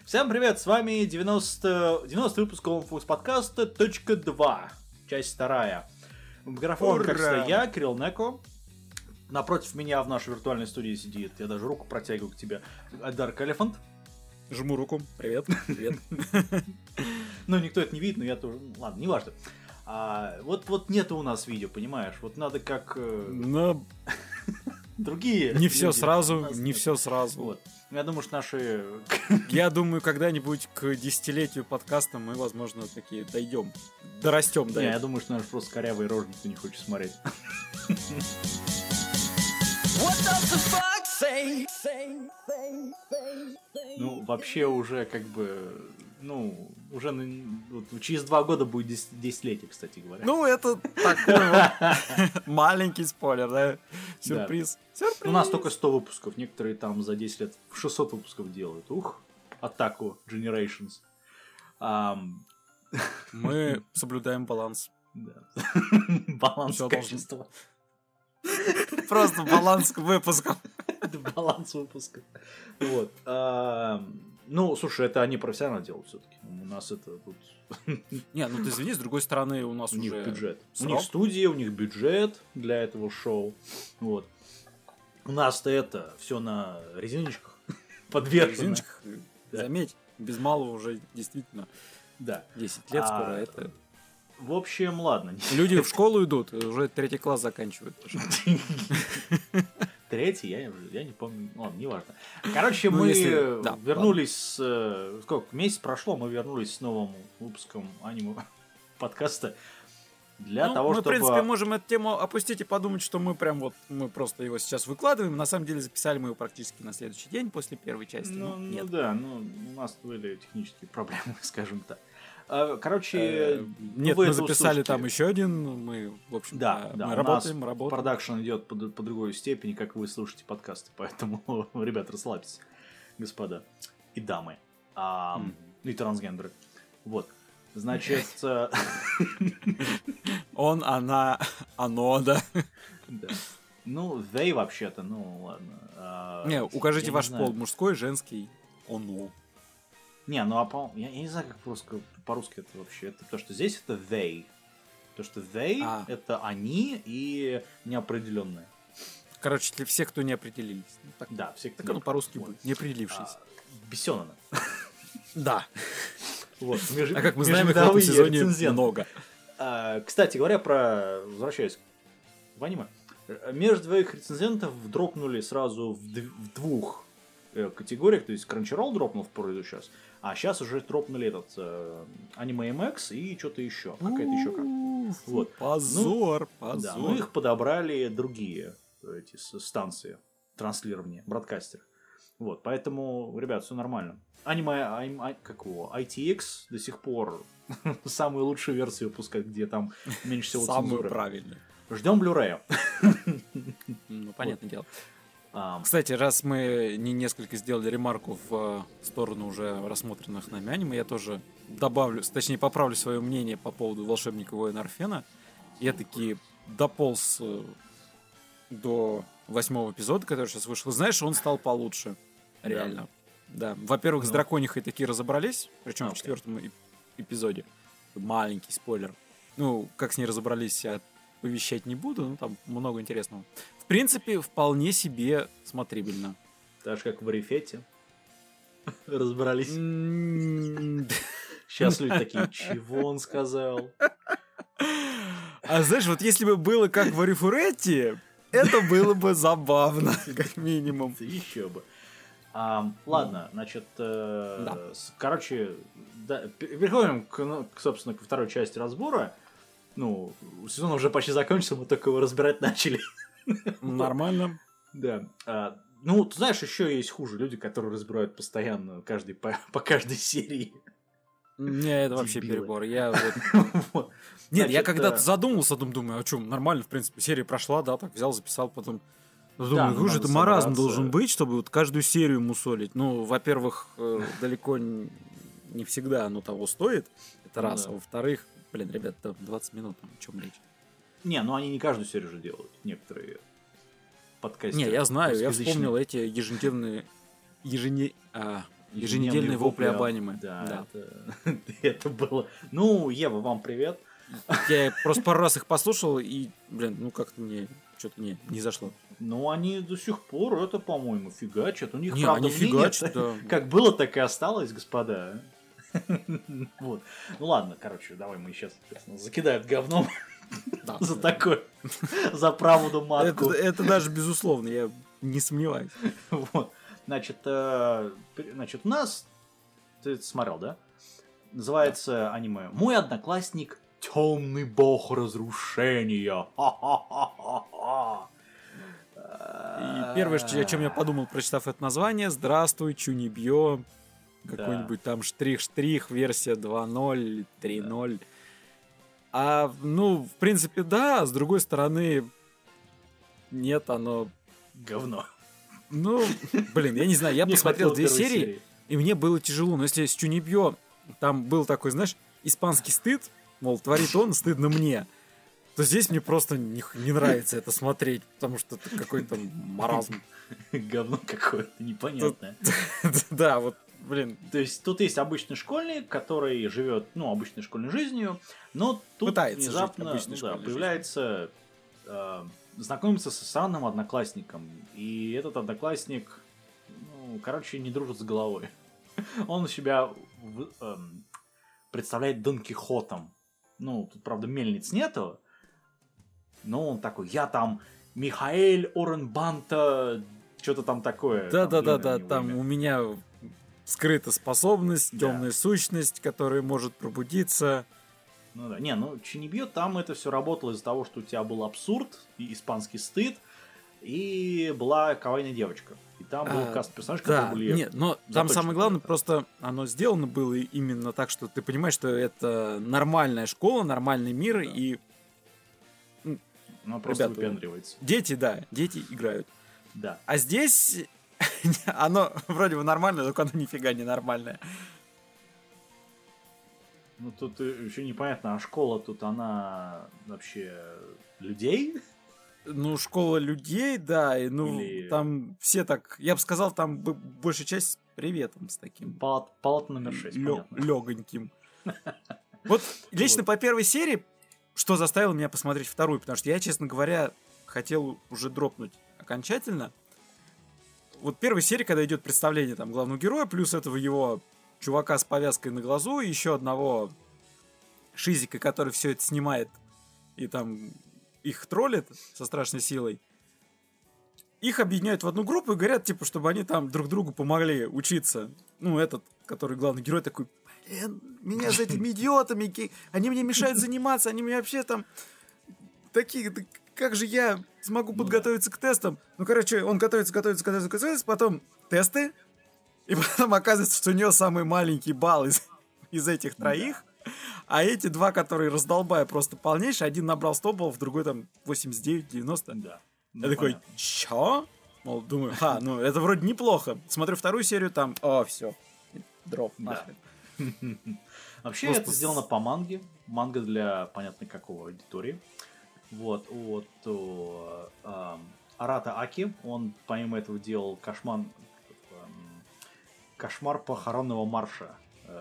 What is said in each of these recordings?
Всем привет, с вами 90 выпуск Фокус подкаста .2, часть 2. Микрофон, как всегда, я, Кирилл Неко. Напротив меня в нашей виртуальной студии сидит, я даже руку протягиваю к тебе, Dark Elephant. Жму руку, привет, привет. Ну, никто это не видит, но я тоже, ладно, неважно. Вот нету у нас видео, понимаешь, вот надо как... Но... Другие. Не все сразу, не все сразу. Вот. Я думаю, что наши... Я думаю, когда-нибудь к десятилетию подкаста мы, возможно, такие дойдем. Дорастем до этого. Я думаю, что наши просто корявые рожи никто не хочет смотреть. Ну, вообще уже как бы... Ну, уже вот, через 2 года будет 10-летие, кстати говоря. Ну, это такой вот маленький спойлер, да? Сюрприз. Да. Сюрприз. У нас только 100 выпусков, некоторые там за 10 лет 600 выпусков делают. Ух, атаку Generations. Мы соблюдаем баланс. Да. Баланс качества. Просто баланс выпусков. Баланс выпуска. Вот. Ну, слушай, это они профессионально делают все-таки. У нас это тут... Не, ну ты извини, с другой стороны, у нас у уже... них бюджет. Срок. У них студия, у них бюджет для этого шоу. Вот. У нас-то это все на резиночках подвешено. Резиночках, да. Заметь, без малого уже действительно 10 лет скоро это... В общем, ладно. Люди в школу идут, уже 3 класс заканчивают. 3, я не помню. Ладно, неважно. Короче, мы вернулись сколько? Месяц прошло, мы вернулись с новым выпуском аниме подкаста. Для того, чтобы... Мы, в принципе, можем эту тему опустить и подумать, что мы прям вот, мы просто его сейчас выкладываем. На самом деле записали мы его практически на следующий день после первой части. Ну да, у нас были технические проблемы, скажем так. Короче, нет, мы записали там еще один, мы, в общем, мы работаем. Продакшн идет по другой степени, как вы слушаете подкасты, поэтому, ребят, расслабьтесь, господа и дамы, и трансгендеры. Вот, значит... Он, она, оно, да? Да. Ну, they вообще-то, ну ладно. Не, укажите ваш пол, мужской, женский, оно. Не, ну я не знаю, как по-русски это вообще. Это то, что здесь это they. То, что they это они и неопределенные. Короче, для всех, кто не определились. Ну, так, да, все, кто так оно по-русски будет. Не определившись. Бесёнано. Да. Вот. А как мы знаем, их в этом сезоне много. Кстати говоря, возвращаясь в аниме. Между двоих рецензентов дропнули сразу в 2 категориях. То есть Crunchyroll дропнул в пользу сейчас. А сейчас уже дропнули этот Anime MX и что-то еще. Какая-то еще карта. Вот. Позор. Да, ну их подобрали другие эти станции транслирования, бродкастеры. Вот, поэтому, ребят, все нормально. ITX до сих пор самую лучшую версию выпускает, где там меньше всего цензуры. Самую правильную. Ждем Blu-ray. Ну, понятное дело. Кстати, раз мы не несколько сделали ремарку в сторону уже рассмотренных нами аниме, я тоже добавлю, точнее поправлю свое мнение по поводу волшебника воина Орфена. Я таки дополз до 8 эпизода, который сейчас вышел. Знаешь, он стал получше. Реально. Да. Во-первых, с драконихой таки разобрались, причем в 4 эпизоде. Маленький спойлер. Ну, как с ней разобрались, я повещать не буду, но там много интересного. В принципе, вполне себе смотрибельно. Так же, как в Арифете. Разобрались. Сейчас люди такие, чего он сказал? А знаешь, вот если бы было как в Арифуретте, это было бы забавно, как минимум. Еще бы. Ладно, значит, короче, переходим, собственно, ко второй части разбора. Ну, сезон уже почти закончился, мы только его разбирать начали. Нормально. Да. Ну, ты знаешь, еще есть хуже люди, которые разбирают постоянно по каждой серии. Не, это вообще перебор. Нет, я когда-то задумался, думаю, а что, нормально, в принципе, серия прошла, да, так взял, записал, потом... Думаю, какой же это маразм должен быть, чтобы вот каждую серию мусолить. Ну, во-первых, далеко не всегда оно того стоит, это раз. А во-вторых, блин, ребят, 20 минут, о чем речь? Не, ну они не каждую серию же делают, некоторые подкастеры. Не, я знаю, я вспомнил эти еженедельные... Еженедельные вопли об аниме. Да. Это было... Ну, Ева, вам привет. Я просто пару раз их послушал, и, как-то мне что-то не зашло. Ну, они до сих пор, это, по-моему, фигачат. У них, не, правда, они фигачат, да. Как было, так и осталось, господа. Вот. Ну ладно, короче, давай мы сейчас закидают говном за такое, за правду матку. Это даже безусловно, я не сомневаюсь. Вот. Значит, у нас, ты смотрел, да? Называется аниме «Мой одноклассник Темный бог разрушения». И первое, о чем я подумал, прочитав это название: здравствуй, Чунибьё. Какой-нибудь там штрих-штрих, версия 2.0, 3.0. В принципе, да, с другой стороны, нет, оно... Говно. Я не знаю, я посмотрел 2 серии, и мне было тяжело. Но если с Чунибьё там был такой, знаешь, испанский стыд, мол, творит он, стыдно мне, то здесь мне просто не нравится это смотреть, потому что это какой-то маразм. Говно какое-то непонятное. Да, вот. То есть тут есть обычный школьник, который живет, обычной школьной жизнью, но тут внезапно появляется, знакомится с странным одноклассником. И этот одноклассник, не дружит с головой. Он себя представляет Дон Кихотом. Тут, правда, мельниц нету, но он такой: я там Михаэль Оренбанта, что-то там такое. Да, там у меня... скрыта способность, темная сущность, которая может пробудиться. Чунибьё, там это все работало из-за того, что у тебя был абсурд и испанский стыд, и была кавайная девочка. И там был каст персонажей, которые были... Нет, но там самое главное, просто оно сделано было именно так, что ты понимаешь, что это нормальная школа, нормальный мир, и... Оно просто выпендривается. Дети играют. Да. А здесь... Оно вроде бы нормальное, только оно нифига не нормальное. Тут еще непонятно, а школа тут, она вообще людей? Школа людей, да, и там все так, я бы сказал, там большая часть с приветом, с таким. Палата номер 6, легоньким. Вот лично по первой серии, что заставило меня посмотреть вторую, потому что я, честно говоря, хотел уже дропнуть окончательно. Вот первой серии, когда идет представление там главного героя, плюс этого его чувака с повязкой на глазу, и еще одного шизика, который все это снимает и там их троллит со страшной силой, их объединяют в одну группу и говорят, типа, чтобы они там друг другу помогли учиться. Этот, который главный герой, такой: меня с этими идиотами, они мне мешают заниматься, они мне вообще там такие... Как же я смогу подготовиться к тестам? Он готовится, потом тесты, и потом оказывается, что у него самый маленький балл из этих троих, а эти два, которые раздолбая просто полнейшие, один набрал 100 баллов, другой там 89-90. Да. Я такой: чё? Мол, думаю, это вроде неплохо. Смотрю вторую серию, там, все, дроп, нахрен. Вообще это сделано по манге. Манга для понятно какого аудитории. Арата Аки, он помимо этого делал Кошмар похоронного марша,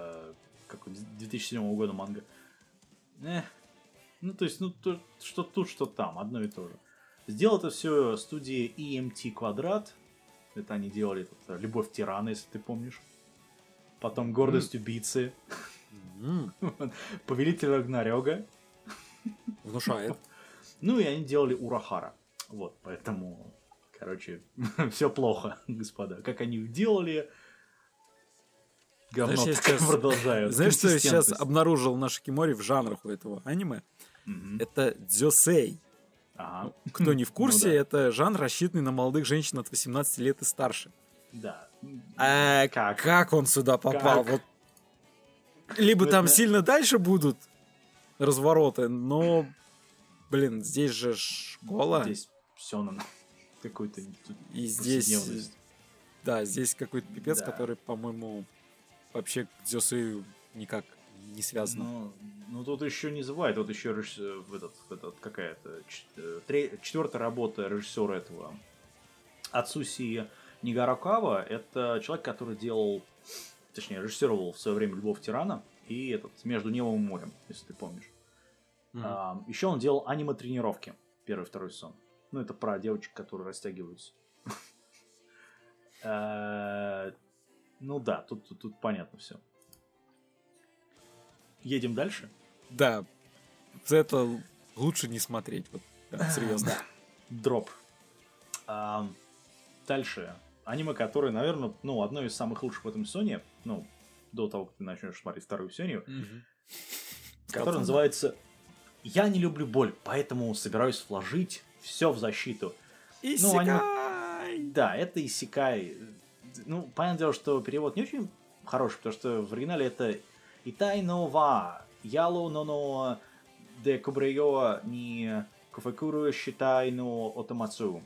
2007 года манга. Что тут, что там, одно и то же. Сделал это все студия EMT Квадрат. Это они делали Любовь тирана, если ты помнишь. Потом Гордость убийцы. Повелитель Рагнарёка. Внушает. И они делали Урахара. Поэтому, все плохо, господа. Как они делали, говно продолжают. Знаешь, что я сейчас обнаружил на Шикиморе в жанрах у этого аниме? Это дзёсей. Кто не в курсе, это жанр, рассчитанный на молодых женщин от 18 лет и старше. Да. Как он сюда попал? Либо там сильно дальше будут развороты, но... здесь же школа. Здесь все на какой-то... И здесь... Да, здесь какой-то пипец, который, по-моему, вообще к дзёсею никак не связан. Тут еще не забывай, тут еще какая-то четвертая работа режиссера этого Ацуси Нигаракава — это человек, который делал, точнее, режиссировал в свое время «Любовь тирана» и этот «Между небом и морем», если ты помнишь. Еще он делал аниме-тренировки, первый и второй сезон. Ну, это про девочек, которые растягиваются. Ну да, тут понятно все. Едем дальше? Да, это лучше не смотреть, вот, да, серьезно. Дроп. Дальше. Аниме, которое, наверное, ну, одно из самых лучших в этом сезоне, ну, до того, как ты начнешь смотреть вторую серию, которое называется «Я не люблю боль, поэтому собираюсь вложить все в защиту». Исекай! Да, это исекай. Ну, понятное дело, что перевод не очень хороший, потому что в оригинале это «Итай но ва, яло но де кубреё ни кофекуру считай но отомацу».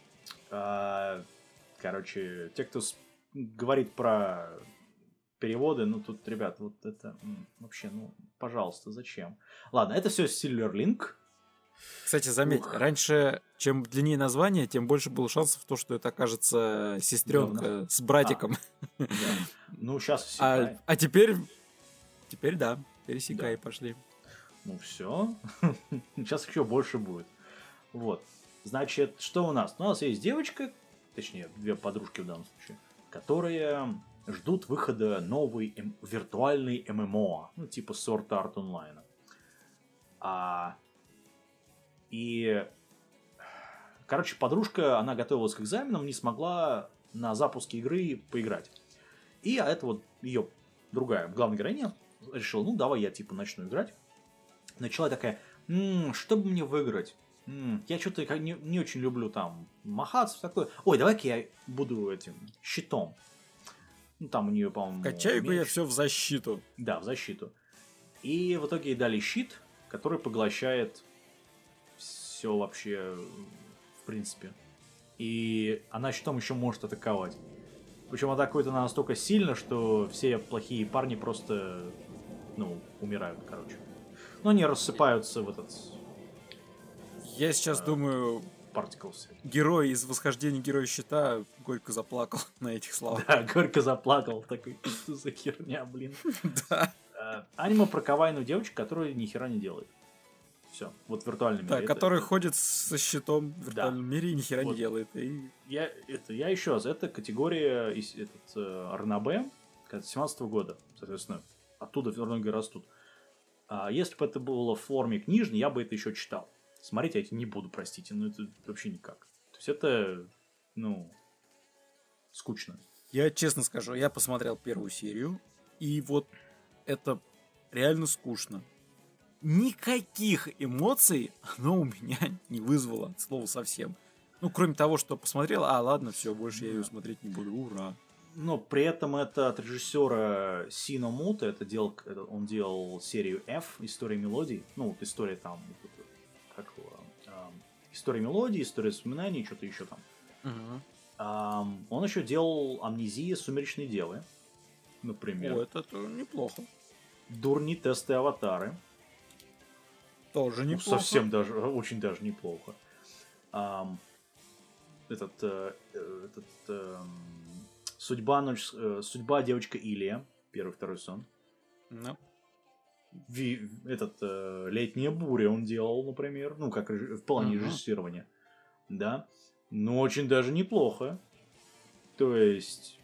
Короче, те, кто говорит про переводы, ну тут, ребят, вот это вообще, ну, пожалуйста, зачем? Ладно, это все Silver Link. Кстати, заметь, раньше, чем длиннее название, тем больше было шансов в то, что это окажется сестренка с братиком. Да. Ну, сейчас Исекай. А теперь да, пересекай, да. Пошли. Ну все, сейчас еще больше будет. Вот. Значит, что у нас? У нас есть девочка, точнее, две подружки в данном случае, которые ждут выхода новой виртуальной ММО, ну, типа Sword Art Online. И, короче, подружка, она готовилась к экзаменам, не смогла на запуске игры поиграть. И это вот ее другая, главная героиня, решила, ну, давай я, типа, начну играть. Начала такая, что бы мне выиграть? Я что-то не очень люблю там махаться, такое. Ой, давай-ка я буду этим щитом. Ну, там у нее, по-моему, качаю-ка я все в защиту. Да, в защиту. И в итоге ей дали щит, который поглощает все вообще, в принципе. И она щитом еще может атаковать. Причем атакует она настолько сильно, что все плохие парни просто, ну, умирают, короче. Но они рассыпаются в этот... Я сейчас думаю, Particles. Герой из «Восхождения Героя Щита» горько заплакал на этих словах. Да, горько заплакал. Такой, что за херня, блин. Да. Аниме про кавайную девочку, которая ни хера не делает. Все, вот в виртуальном мире. Да, который ходит со щитом в виртуальном мире и ни хера не делает. Я еще раз, это категория РНБ 17 года, соответственно, оттуда многие растут. Если бы это было в форме книжной, я бы это еще читал. Смотреть я это не буду, простите, но это вообще никак. То есть это, ну, скучно. Я честно скажу, я посмотрел первую серию, и вот это реально скучно. Никаких эмоций оно у меня не вызвало, от слова совсем. Ну, кроме того, что посмотрел, ладно, все, больше я ее смотреть не буду, ура. Но при этом это от режиссера Сино Мута, он делал серию F, История мелодий, ну, вот история там, история мелодий, история воспоминаний, что-то еще там. Он еще делал Амнезия, Сумеречные девы, например. О, это неплохо. Дурни, Тесты, Аватары. Тоже неплохо. Совсем даже, очень даже неплохо. Судьба девочка Илия, первый, второй сон. No. Летняя буря он делал, например, ну, как в плане режиссирования. Да. Ну, очень даже неплохо. То есть,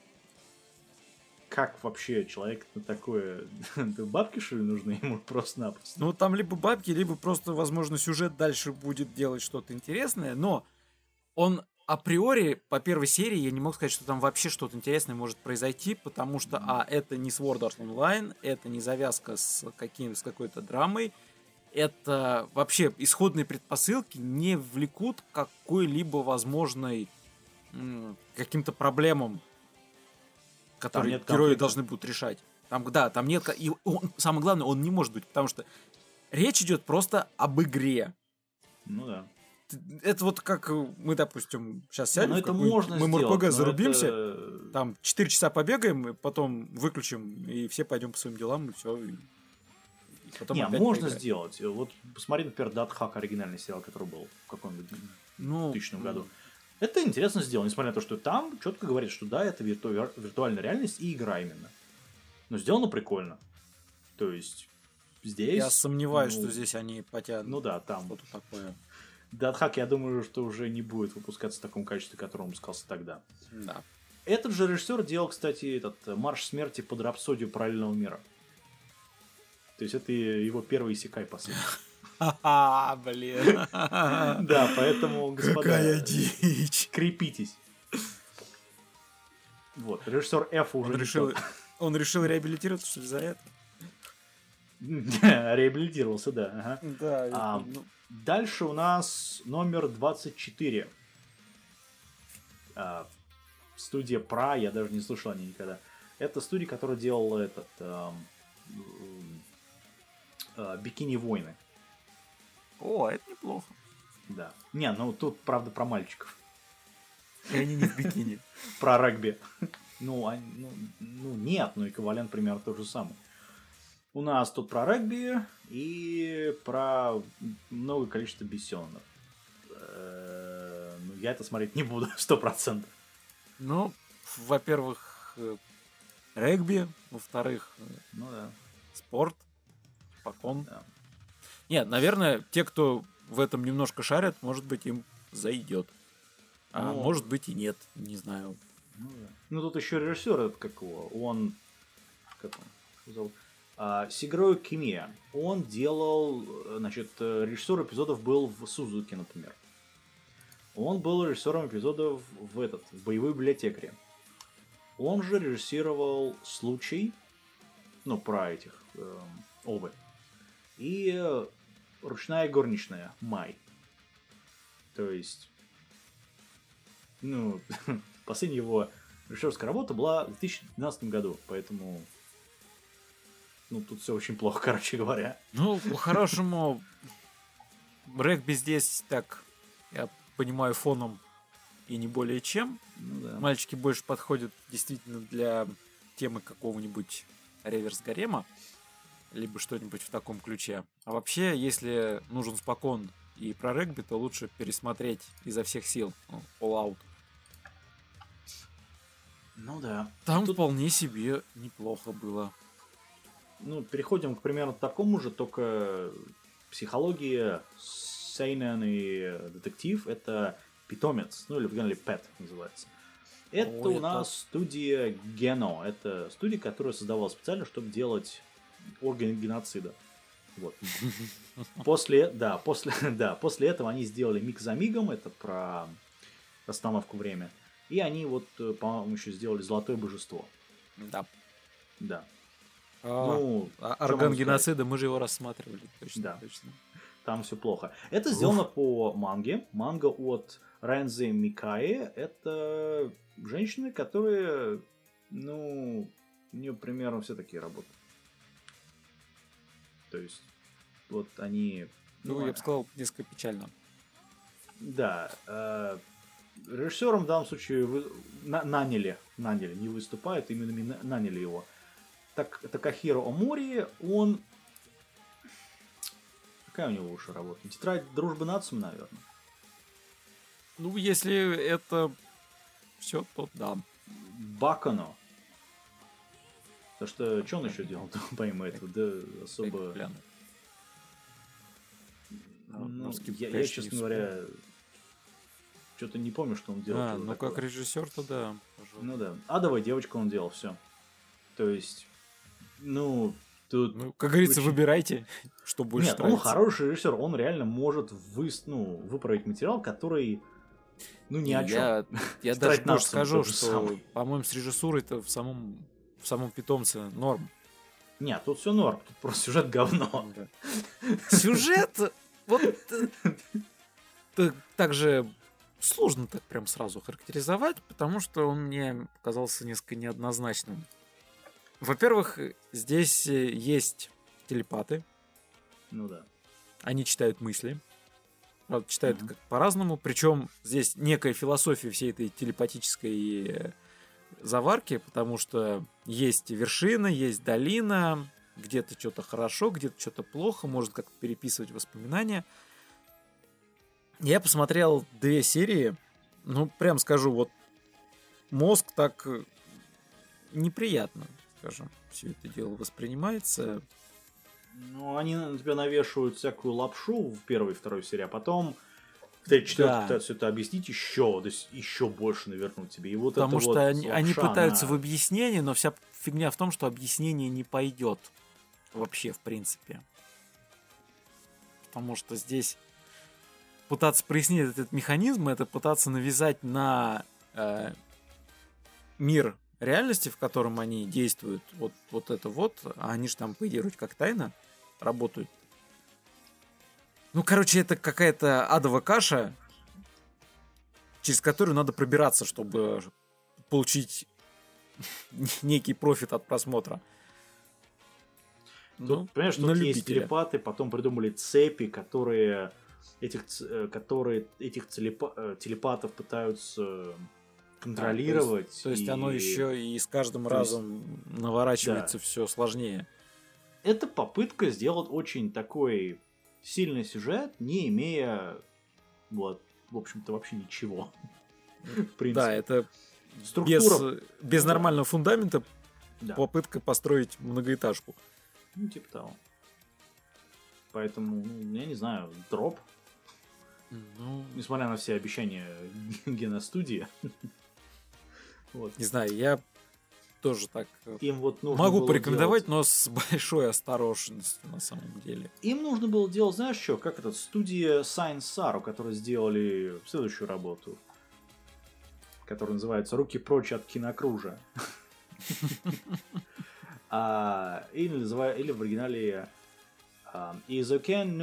как вообще человек на такое... Бабки, что ли, нужны ему просто-напросто? Ну, там либо бабки, либо просто, возможно, сюжет дальше будет делать что-то интересное, но он априори по первой серии я не мог сказать, что там вообще что-то интересное может произойти, потому что, это не Sword Art Online, это не завязка с какой-то драмой, это вообще исходные предпосылки не влекут к какой-либо возможной каким-то проблемам, которые герои должны будут решать. Там нет... И самое главное, он не может быть, потому что речь идет просто об игре. Ну да. Это вот как мы, допустим, сейчас сядем, мы РПГ зарубимся, там 4 часа побегаем, и потом выключим, и все пойдем по своим делам, и все. Можно сделать. Вот посмотри, например, Дат Хак, оригинальный сериал, который был в каком-нибудь 2000 году. Это интересно сделано, несмотря на то, что там четко говорит, что да, это виртуальная реальность и игра именно. Но сделано прикольно. То есть здесь... Я сомневаюсь, что здесь они потянут. Ну да, там... Что-то такое. Deadhack, я думаю, что уже не будет выпускаться в таком качестве, которое он выпускался тогда. Да. Этот же режиссер делал, кстати, этот «Марш смерти» под рапсодию параллельного мира. То есть это его первый исекай, по сути. Ха-ха, блин. Да, поэтому, господа, какая дичь. Крепитесь. Вот, режиссер F уже Он решил реабилитироваться, что ли, за это? Реабилитировался, да. Да. Дальше у нас номер 24. Студия Pra, я даже не слышал о ней никогда. Это студия, которая делала этот Бикини войны. О, это неплохо. Да. Не, ну тут, правда, про мальчиков. И они не в бикини. Про регби. Нет, но эквивалент примерно тот же самый. У нас тут про регби и про многое количество бесенов. Я это смотреть не буду, 100%. Ну, во-первых, регби, во-вторых, спорт, покон. Да. Нет, наверное, те, кто в этом немножко шарят, может быть, им зайдет. А может быть и нет, не знаю. Ну, тут еще режиссер, этот какого, он... Как он зовут? Сигрою Кимия. Он делал, значит, режиссер эпизодов был в Сузуке, например. Он был режиссером эпизодов в «Боевой библиотекаре». Он же режиссировал «Случай», ну, про этих, Овы. И «Ручная горничная» Май. То есть, ну, последняя его режиссерская работа была в 2012 году, поэтому, ну, тут все очень плохо, короче говоря. Ну, по-хорошему, регби здесь, так, я понимаю, фоном и не более чем. Ну, да. Мальчики больше подходят действительно для темы какого-нибудь реверс-гарема, либо что-нибудь в таком ключе. А вообще, если нужен спокон и про регби, то лучше пересмотреть изо всех сил All Out. Ну да. Там тут вполне себе неплохо было. Ну, переходим к примерно такому же, только психология, сейнен и детектив — это питомец, ну или в оригинале Pet называется. Это у нас студия Geno. Это студия, которая создавалась специально, чтобы делать органы геноцида. Вот. После этого они сделали «Миг за мигом», это про остановку время. И они вот, по-моему, еще сделали «Золотое божество». Да. Да. Орган геноцида, мы же его рассматривали. Точно, да. Точно. Там все плохо. Это сделано по манге. Манга от Рэнзи Микаи. Это женщины, которые, ну, у нее примерно все такие работы. То есть, вот они... Ну, я бы сказал, несколько печально. Да. Режиссером в данном случае наняли, не выступает, именно наняли его. Такахиро Омори, он... Какая у него лучше работа? «Тетрадь дружбы наций», наверное. Ну, если это все, то да. Бакано. Потому что он еще делал, помимо этого, да, особо... Я, честно говоря, что-то не помню, что он делал. Ну, как режиссер, то да. Пожалуйста. Ну да. «Адовая девочка» он делал, все. То есть, ну... Тут как говорится, выбирайте, что больше нравится. Нет, он хороший режиссер, он реально может выправить материал, который, ну, ни о чем. Я даже больше скажу, что, по-моему, с режиссурой-то в самом питомце норм. Нет, тут все норм, тут просто сюжет говно. Сюжет, вот также сложно так прям сразу характеризовать, потому что он мне показался несколько неоднозначным. Во-первых, здесь есть телепаты. Ну да. Они читают мысли. Правда, читают как по-разному. Причем здесь некая философия всей этой телепатической заварки, потому что есть вершина, есть долина, где-то что-то хорошо, где-то что-то плохо, может как-то переписывать воспоминания. Я посмотрел 2 серии. Ну, прям скажу, вот мозг так неприятно, скажем, все это дело воспринимается. Ну, они на тебя навешивают всякую лапшу в первой и второй серии, а потом в третьей, четвертой пытаются все это объяснить еще, то есть еще больше навернуть тебе. И вот потому это что вот они пытаются в объяснении, но вся фигня в том, что объяснение не пойдет вообще, в принципе. Потому что здесь пытаться прояснить этот механизм, это пытаться навязать на мир реальности, в котором они действуют, вот это вот, а они же там, по идее, вроде как тайно работают. Ну, короче, это какая-то адовая каша, через которую надо пробираться, чтобы получить некий профит от просмотра. Ну, понимаешь, тут есть телепаты, потом придумали цепи, которые этих телепатов пытаются контролировать. То есть оно еще и с каждым разом наворачивается все сложнее. Это попытка сделать очень такой сильный сюжет, не имея вот, в общем-то, вообще ничего. В принципе. Да, это структура... без нормального фундамента попытка построить многоэтажку. Ну, типа того. Поэтому, я не знаю, дроп. Ну... Несмотря на все обещания Геностудии. Вот. Не знаю, я тоже так им вот могу порекомендовать, но с большой осторожностью на самом деле. Им нужно было делать, знаешь что, как этот студия Science Saru, которые сделали следующую работу, которая называется «Руки прочь от кинокружа». Или в оригинале «Изокен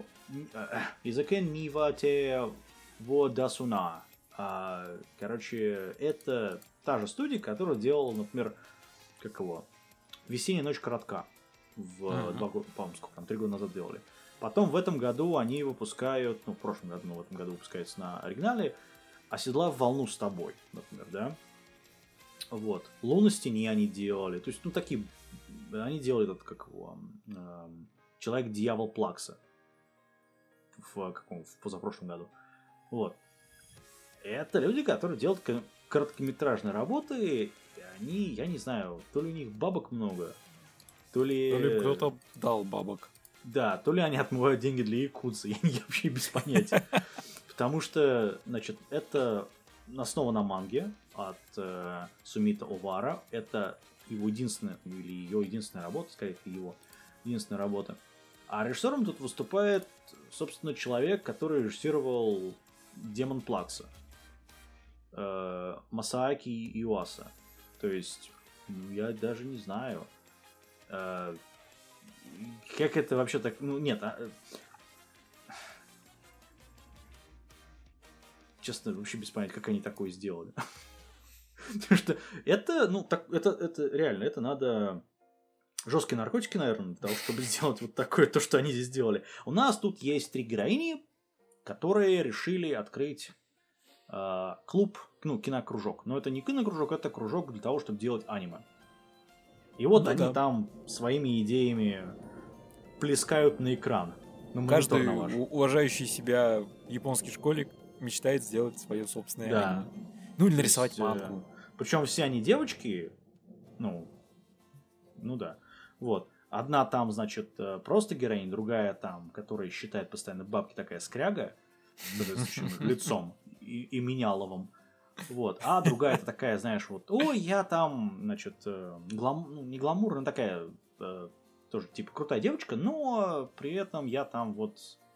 нива те водасуна». Короче, это та же студия, которая делала, например, «Весенняя ночь коротка». В 2 года, по-моему, сколько там, 3 года назад делали. Потом в этом году они выпускают, в прошлом году, но в этом году выпускается на оригинале «Оседлав волну с тобой», например, да? Вот. «Луну на стене» они делали. То есть, такие... Они делали этот, «Человек-дьявол Плакса» в позапрошлом году. Вот. Это люди, которые делают короткометражные работы, и они, я не знаю, то ли у них бабок много, то ли кто-то дал бабок. Да, то ли они отмывают деньги для якудзы, я вообще без понятия. Потому что, значит, это основано на манге от Сумита Овара. Это его единственная, или ее единственная работа, скорее всего, его единственная работа. А режиссером тут выступает, собственно, человек, который режиссировал «Демон Плакса». Масааки Иуаса. То есть, я даже не знаю, как это вообще так... нет. Честно, вообще без понятия, как они такое сделали. Потому что это, это реально, это надо жесткие наркотики, наверное, для того, чтобы сделать вот такое, то, что они здесь сделали. У нас тут есть 3 героини, которые решили открыть клуб, кинокружок. Но это не кинокружок, это кружок для того, чтобы делать аниме. И вот они там своими идеями плескают на экран. Каждый уважающий себя японский школьник мечтает сделать свое собственное аниме. Ну или нарисовать мангу. Причем все они девочки. Ну да. Вот. Одна там, значит, просто героиня, другая там, которая считает постоянно бабки, такая скряга с лицом и меняловым. Вот. А другая это такая, знаешь, вот, ой, я там, значит, не гламурная, такая тоже типа крутая девочка, но при этом я там вот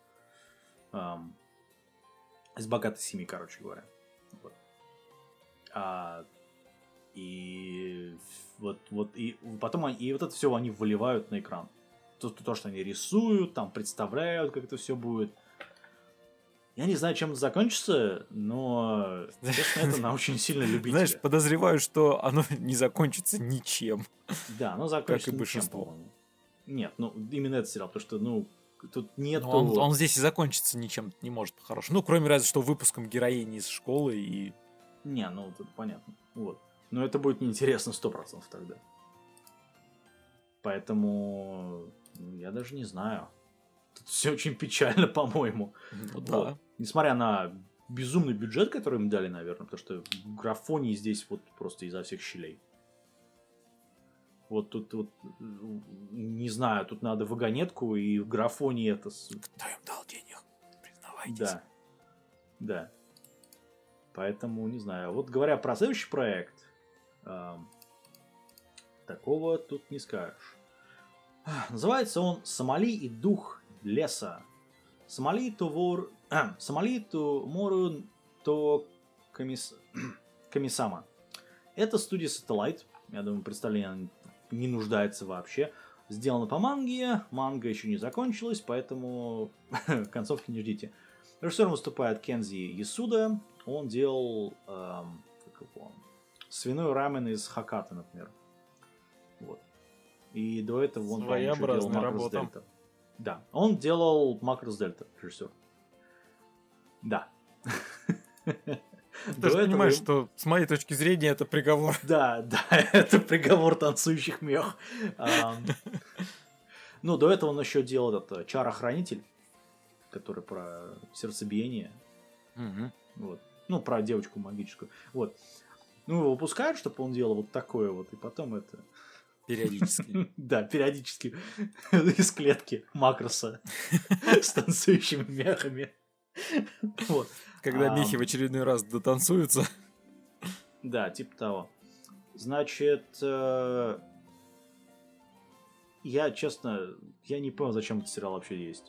из богатой семьи, короче говоря. Вот. И потом и вот это все они выливают на экран. То, что они рисуют, там представляют, как это все будет. Я не знаю, чем это закончится, но, честно, это на очень сильно любителя. Знаешь, подозреваю, что оно не закончится ничем. Да, оно закончится ничем, по-моему. Нет, именно этот сериал, потому что, тут нету... Он здесь и закончится ничем не может по-хорошему. Кроме разве что выпуском героини из школы и... Не, тут понятно. Вот. Но это будет неинтересно 100% тогда. Поэтому я даже не знаю. Тут все очень печально, по-моему. Да. Несмотря на безумный бюджет, который им дали, наверное, потому что графоний здесь вот просто изо всех щелей. Вот тут вот, не знаю, тут надо вагонетку и в графоне это... Кто им дал денег? Признавайтесь. Да. Да. Поэтому, не знаю. Вот говоря про следующий проект, такого тут не скажешь. Называется он «Сомали и дух леса». Сомали то мору то комиссама. Это студия Satellite. Я думаю, представление не нуждается вообще. Сделано по манге. Манга еще не закончилась, поэтому концовки не ждите. Режиссером выступает Кензи Ясуда. Он делал свиной рамен из Хакаты, например. Вот. И до этого он, по-моему, делал Макрос Дельта. Да, он делал Макрос Дельта, режиссер. Да. Ты же понимаешь, что с моей точки зрения это приговор. Да, это приговор танцующих мех. Ну, до этого он еще делал этот Чара-хранитель, который про сердцебиение. Вот. Ну, про девочку магическую. Вот. Ну, его выпускают, чтобы он делал вот такое вот, и потом это... Периодически. Да, периодически. Из клетки Макроса с танцующими мехами. Вот. Когда мехи в очередной раз дотанцуются. Да, типа того. Значит, я, честно, я не понял, зачем этот сериал вообще есть.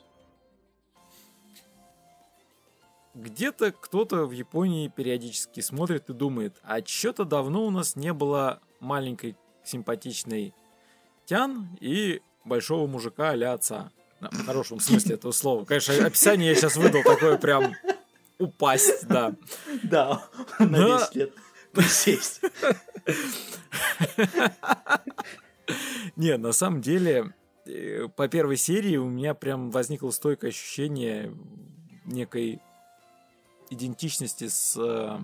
Где-то кто-то в Японии периодически смотрит и думает, а чё-то давно у нас не было маленькой симпатичной тян и большого мужика а-ля отца. В хорошем смысле этого слова. Конечно, описание я сейчас выдал такое прям упасть, да. Да, на 10 лет присесть. Не, на самом деле, по первой серии у меня прям возникло стойкое ощущение некой идентичности с...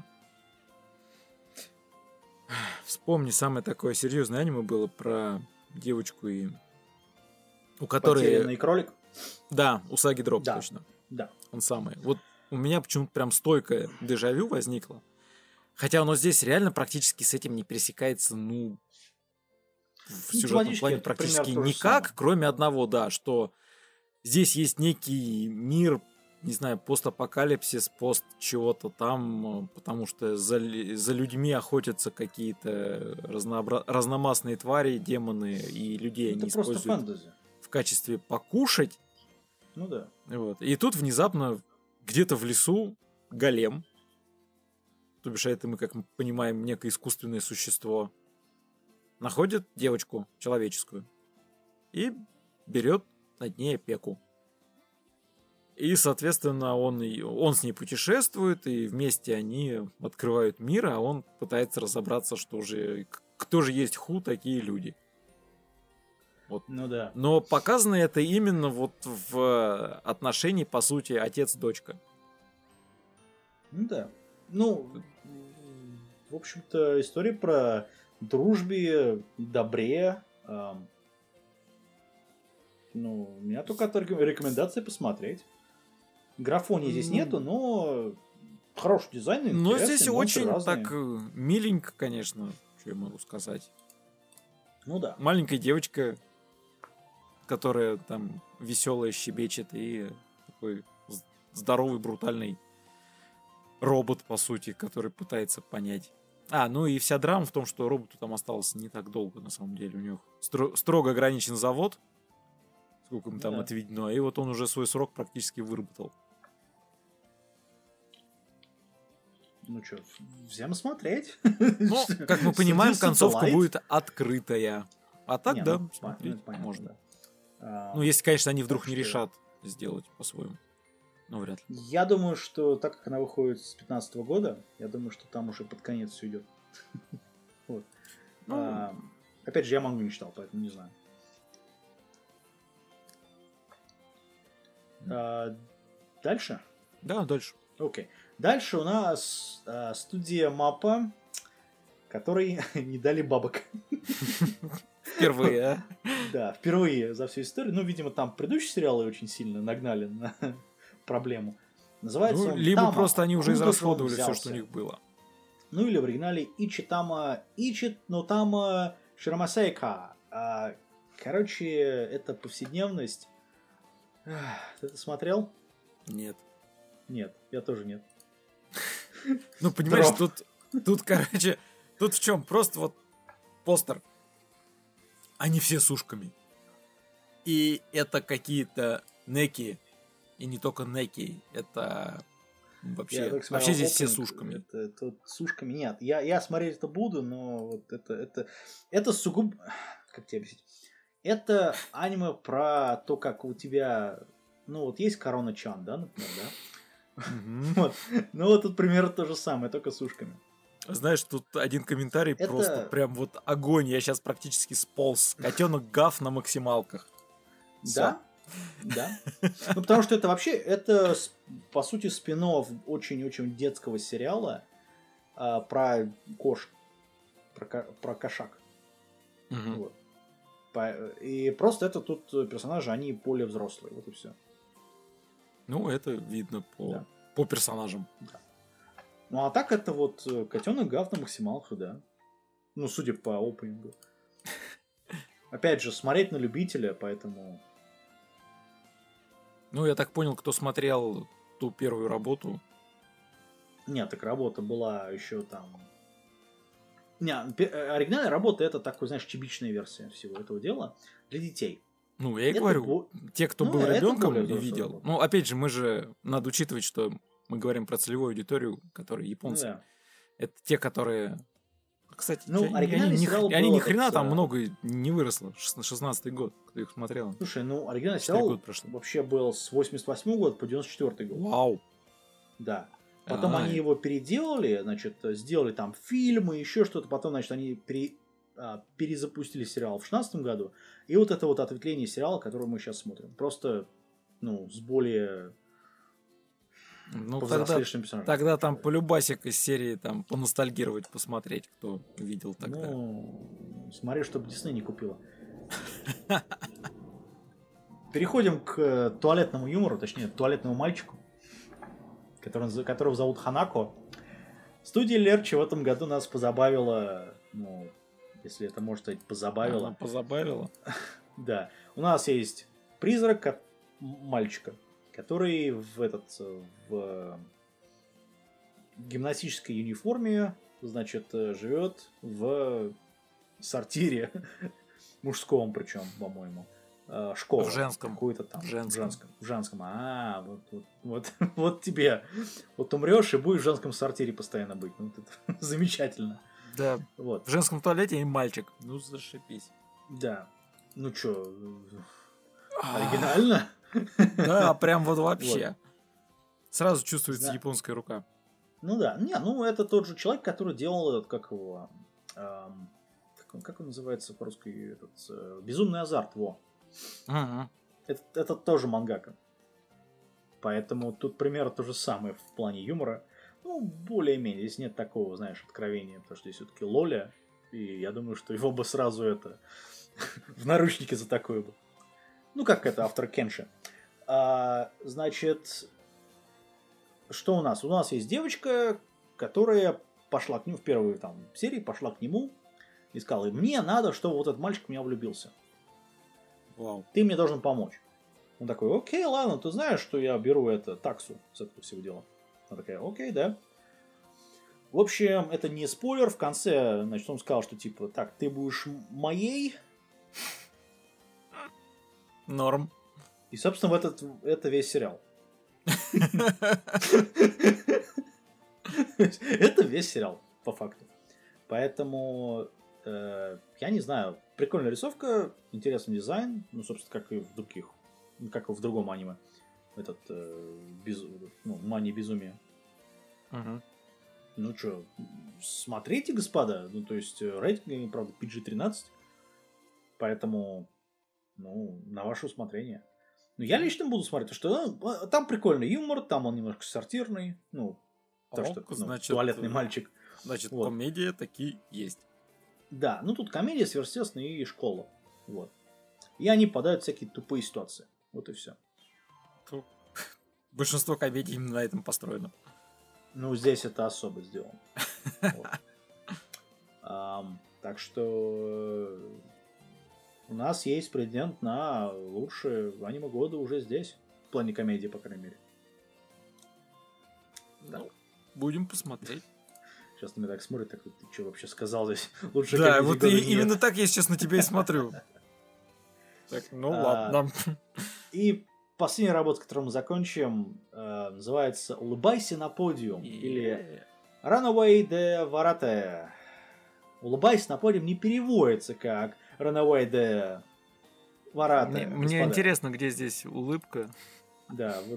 Вспомни, самое такое серьезное аниме было про девочку и... У которой... Потерянный кролик? Да, Усаги Дроп, да. точно. Да. Он самый. Вот у меня почему-то прям стойкое дежавю возникло. Хотя оно здесь реально практически с этим не пересекается, ну... В сюжетном плане практически никак, кроме одного, да, что здесь есть некий мир, не знаю, постапокалипсис, пост чего-то там, потому что за людьми охотятся какие-то разномастные твари, демоны, и людей это они просто используют фэнтези. В качестве покушать. Ну да. Вот. И тут внезапно где-то в лесу голем, то бишь это мы, как мы понимаем, некое искусственное существо, находит девочку человеческую и берет над ней опеку. И, соответственно, он с ней путешествует, и вместе они открывают мир, а он пытается разобраться, кто же есть такие люди. Вот. Ну да. Но показано это именно вот в отношении, по сути, отец-дочка. Ну да. Ну, в общем-то, история про дружбе, добре. Ну, у меня только рекомендация посмотреть. Графонии здесь нету, но хороший дизайн. Но здесь очень разные. Так миленько, конечно, что я могу сказать. Ну да. Маленькая девочка, которая там веселая, щебечет, и такой здоровый, брутальный робот, по сути, который пытается понять. Ну и вся драма в том, что роботу там осталось не так долго, на самом деле. У него строго ограничен завод, сколько им там отведено, и вот он уже свой срок практически выработал. Ну что, всем смотреть. Ну, как мы понимаем, концовка будет открытая. А так, да, смотреть можно. Ну, если, конечно, они вдруг не решат сделать по-своему. Ну, вряд ли. Я думаю, что так как она выходит с 2015 года, я думаю, что там уже под конец все идет. Вот. Опять же, я мангу не читал, поэтому не знаю. Дальше? Да, дальше. Окей. Дальше у нас студия Маппа, которой не дали бабок. Впервые, а? Да, впервые за всю историю. Ну, видимо, там предыдущие сериалы очень сильно нагнали на проблему. Называется он либо Тама. просто они уже израсходовали все, что у них было. Ну или в оригинале Ичитама Ичит Нотама Ширамасейка. Короче, это повседневность. Ты это смотрел? Нет. Нет, я тоже нет. Ну, понимаешь, тут, короче, тут в чем? Просто вот постер. Они все с ушками. И это какие-то неки. И не только неки. Это вообще здесь все с ушками. Тут с ушками нет. Я смотреть это буду, но вот это сугубо... Как тебе объяснить? Это аниме про то, как у тебя... Ну, вот есть Корона-чан, да, например, да? Вот. Ну, вот тут примерно то же самое, только с ушками. Знаешь, тут один комментарий просто прям вот огонь. Я сейчас практически сполз. Котенок Гав на максималках. Да? Да. Ну, потому что это вообще, это, по сути, спин-офф очень-очень детского сериала про кошек, про кошак. Вот. И просто это тут персонажи, они более взрослые, вот и все. Ну, это видно по персонажам. Да. Ну, а так это вот котенок Гав на максималках, да. Ну, судя по опенингу. Опять же, смотреть на любителя, поэтому... Ну, я так понял, кто смотрел ту первую работу. Нет, так работа была еще там... Оригинальная работа — это такой, знаешь, чебичная версия всего этого дела для детей. Ну, я и говорю, те, кто был ребенком и видел. Работа. Ну, опять же, надо учитывать, что мы говорим про целевую аудиторию, которые японцы. Ну, да. Это те, которые... Кстати, они ни хрена там много не выросло. 16-й год, кто их смотрел. Слушай, ну, оригинальный сериал вообще был с 88 года по 94 год. Вау! Да. Потом они его переделали, значит, сделали там фильмы, еще что-то. Потом, значит, они перезапустили сериал в 16 году. И вот это вот ответвление сериала, который мы сейчас смотрим. Просто, ну, с более... Ну, тогда там полюбасик из серии там поностальгировать, посмотреть, кто видел тогда. Ну, смотри, чтобы Дисней не купила. Переходим к туалетному юмору, точнее, туалетному мальчику, которого зовут Ханако. Студия Лерчи в этом году нас позабавила, ну, если это можно сказать, позабавила. Она позабавила? Да. У нас есть призрак мальчика, который в гимнастической униформе, значит, живет в сортире мужском, причем, по-моему, школа. В женском. Какой-то там. В женском. Вот тебе. Вот умрешь и будешь в женском сортире постоянно быть. Ну, это замечательно. Да. Вот. В женском туалете и мальчик. Ну, зашибись. Да. Ну чё, оригинально? Да, прям вот вообще. Сразу чувствуется японская рука. Ну да. Не, ну это тот же человек, который делал этот, как его... Как он называется по-русски? Безумный азарт, во. Это тоже мангака. Поэтому тут примерно то же самое в плане юмора. Ну, более-менее. Здесь нет такого, знаешь, откровения. Потому что здесь все-таки Лоля. И я думаю, что его бы сразу в наручники за такое бы. Ну, как это, автор Кенши. Значит, что у нас? У нас есть девочка, которая пошла к нему в первой там серии, пошла к нему и сказала: мне надо, чтобы вот этот мальчик в меня влюбился. Вау. Ты мне должен помочь. Он такой: окей, ладно, ты знаешь, что я беру таксу с этого всего дела. Она такая: окей, да. В общем, это не спойлер. В конце, значит, он сказал, что типа, так, ты будешь моей. Норм. И, собственно, это весь сериал. Это весь сериал, по факту. Поэтому, я не знаю, прикольная рисовка, интересный дизайн, ну, собственно, как и в других, как и в другом аниме. Мания безумия. Ну что, смотрите, господа. Ну, то есть, рейтинг, правда, PG-13. Поэтому, ну, на ваше усмотрение. Ну, я лично буду смотреть, потому что там прикольный юмор, там он немножко сортирный. Ну, то, что значит, туалетный мальчик. Значит, вот. Комедия таки есть. Да, ну тут комедия, сверхъестественная и школа. Вот. И они попадают в всякие тупые ситуации. Вот и все. Большинство комедий именно на этом построено. Ну, здесь это особо сделано. Так что у нас есть претендент на лучшее аниме года уже здесь. В плане комедии, по крайней мере. Ну, будем посмотреть. Сейчас на меня так смотрит, так ты что вообще сказал здесь? Лучше да, вот именно так я сейчас на тебя и смотрю. Так, ну ладно. И последняя работа, которую мы закончим, называется «Улыбайся на подиум» или «Runaway de Varate». «Улыбайся на подиум» не переводится как «Runaway de Varate». Мне интересно, где здесь улыбка. Да, вот,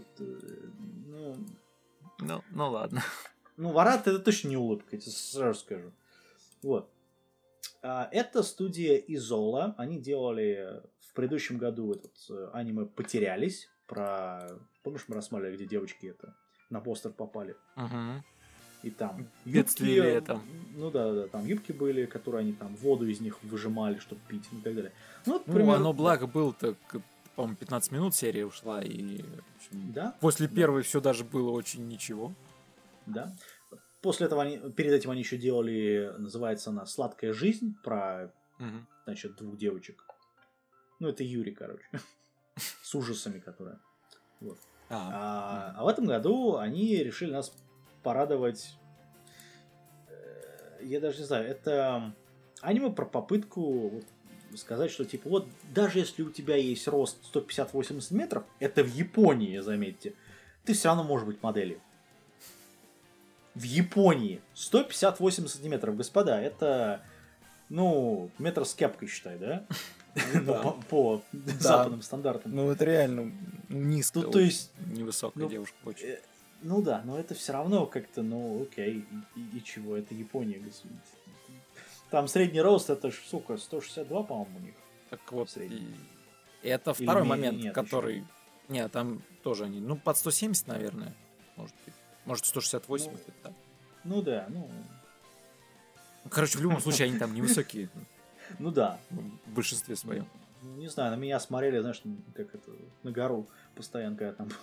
ну ладно. Ну, Варат это точно не улыбка, я тебе сразу скажу. Вот. Это студия Изола. Они делали в предыдущем году этот аниме «Потерялись». Помнишь, мы рассматривали, где девочки на постер попали? Угу. И там юбки. Это. Ну да, там юбки были, которые они там воду из них выжимали, чтобы пить и так далее. Оно благо было-то, по-моему, 15 минут серия ушла, и в общем, да? После первой все даже было очень ничего. Да. После этого перед этим они еще делали, называется она «Сладкая жизнь», про, значит, двух девочек. Ну, это Юри, короче. С ужасами, которые. Вот. А в этом году они решили нас порадовать. Я даже не знаю, это аниме про попытку сказать, что типа вот даже если у тебя есть рост 158 сантиметров, это в Японии, заметьте, ты все равно можешь быть моделью. В Японии 158 сантиметров, господа, это, метр с кепкой, считай, да? По западным стандартам. Ну, это реально низко. То есть невысокая девушка очень. Ну да, но это все равно как-то, окей, и чего, это Япония, господи. Там средний рост, это, сука, 162, по-моему, у них. Так вот, это второй момент, который... Нет, там тоже они, под 170, наверное, может быть. Может, 168, это так. Ну да, Короче, в любом случае, они там невысокие. Ну да. В большинстве своем. Не знаю, на меня смотрели, знаешь, как это, на гору постоянно, когда там...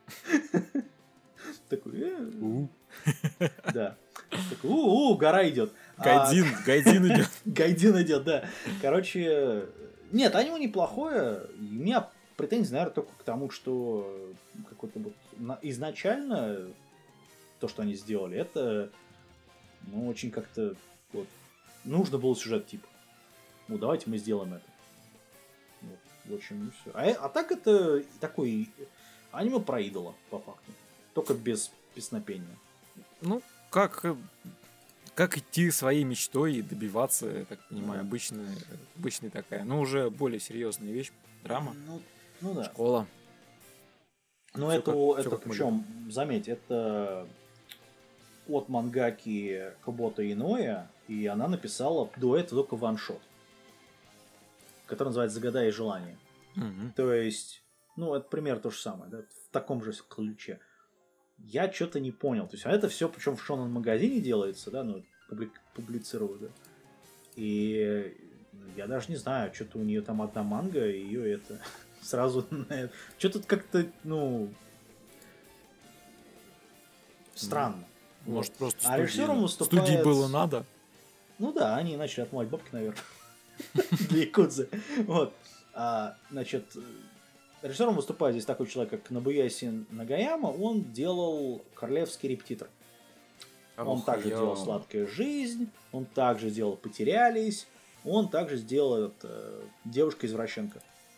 Такой... Да. Такой, гора идет. Гайдин идет. Гайдин идет, да. Короче, нет, аниме неплохое. У меня претензии, наверное, только к тому, что какой-то вот изначально то, что они сделали, это очень как-то вот, нужно было сюжет типа. Давайте мы сделаем это. Вот, в общем, все. А так это такой аниме про идола, по факту. Только без песнопения. Как идти своей мечтой и добиваться, я так понимаю, обычная такая, уже более серьезная вещь, драма, да. Школа. Это причем, заметь, это от мангаки Кобота Иноя, и она написала до этого только ваншот, который называется «Загадай желание». То есть, это пример то же самое, да, в таком же ключе. Я что-то не понял. То есть, это все, причем в шонен-магазине делается, да, публицируют, да. И я даже не знаю, что-то у нее там одна манга, и ее это сразу... Что-то как-то, странно. Может, просто режиссером выступает... студии было надо? Ну да, они начали отмывать бабки, наверное. Для якудзы. Вот. Значит, режиссером выступает здесь такой человек, как Нобуяси Нагаяма. Он делал «Королевский репетитор». Он также делал «Сладкая жизнь», он также делал «Потерялись», он также сделал «Девушка-извращенка».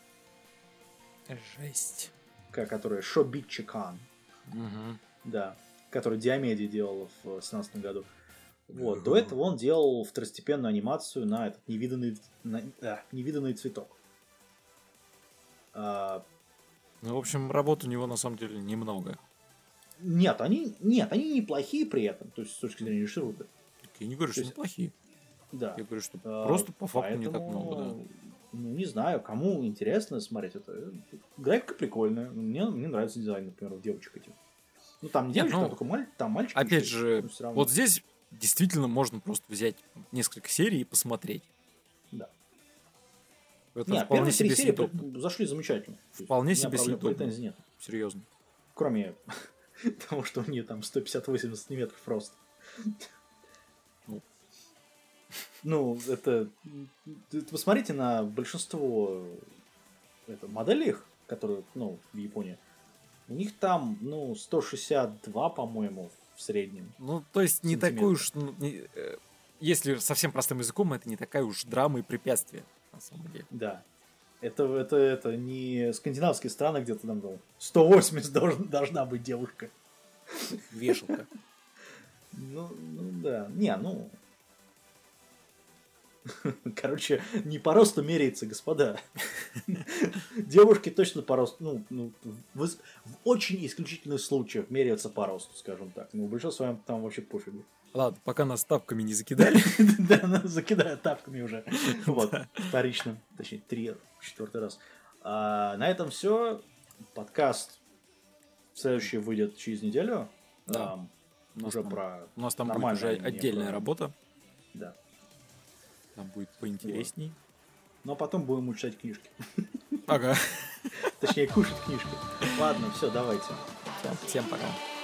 Жесть. Которая Шобичи-кан. Да. Которую Диомеди делала в 2017 году. Вот. До этого он делал второстепенную анимацию на этот невиданный цветок. В общем, работ у него на самом деле немного. Нет, они неплохие при этом, то есть с точки зрения режиссуры. Я не говорю, что неплохие. Да. Я говорю, что просто по факту не так много, да. Не знаю, кому интересно смотреть это. Графика прикольная. Мне нравится дизайн, например, девочек этих. Там не девочка, там только там мальчик. Опять же, вот здесь действительно можно просто взять несколько серий и посмотреть. Да. Это вполне себе серии зашли замечательно. Вполне себе съедобно. Серьезно. Кроме того, что у нее там 150-80 сантиметров роста. Ну, это... Посмотрите на большинство моделей их, которые, в Японии. У них там, 162, по-моему, в среднем. Ну, то есть не такой уж... если совсем простым языком, это не такая уж драма и препятствие, на самом деле. Да. Это не скандинавские страны, где-то там 180 должна быть девушка. Вешалка. Ну, да. Короче, не по росту меряется, господа. Девушки точно по росту, в очень исключительных случаях меряются по росту, скажем так. Ну, большинство своем там вообще пофигу. Ладно, пока нас тапками не закидали. Да, нас закидают тапками уже. Вот, вторично. Точнее, 4-й раз. На этом все. Подкаст следующий выйдет через неделю. Да. Уже про... У нас там будет уже отдельная работа. Да. Там будет поинтересней. Ну, а потом будем читать книжки. Ага. Точнее, кушать книжки. Ладно, все, давайте. Всем пока.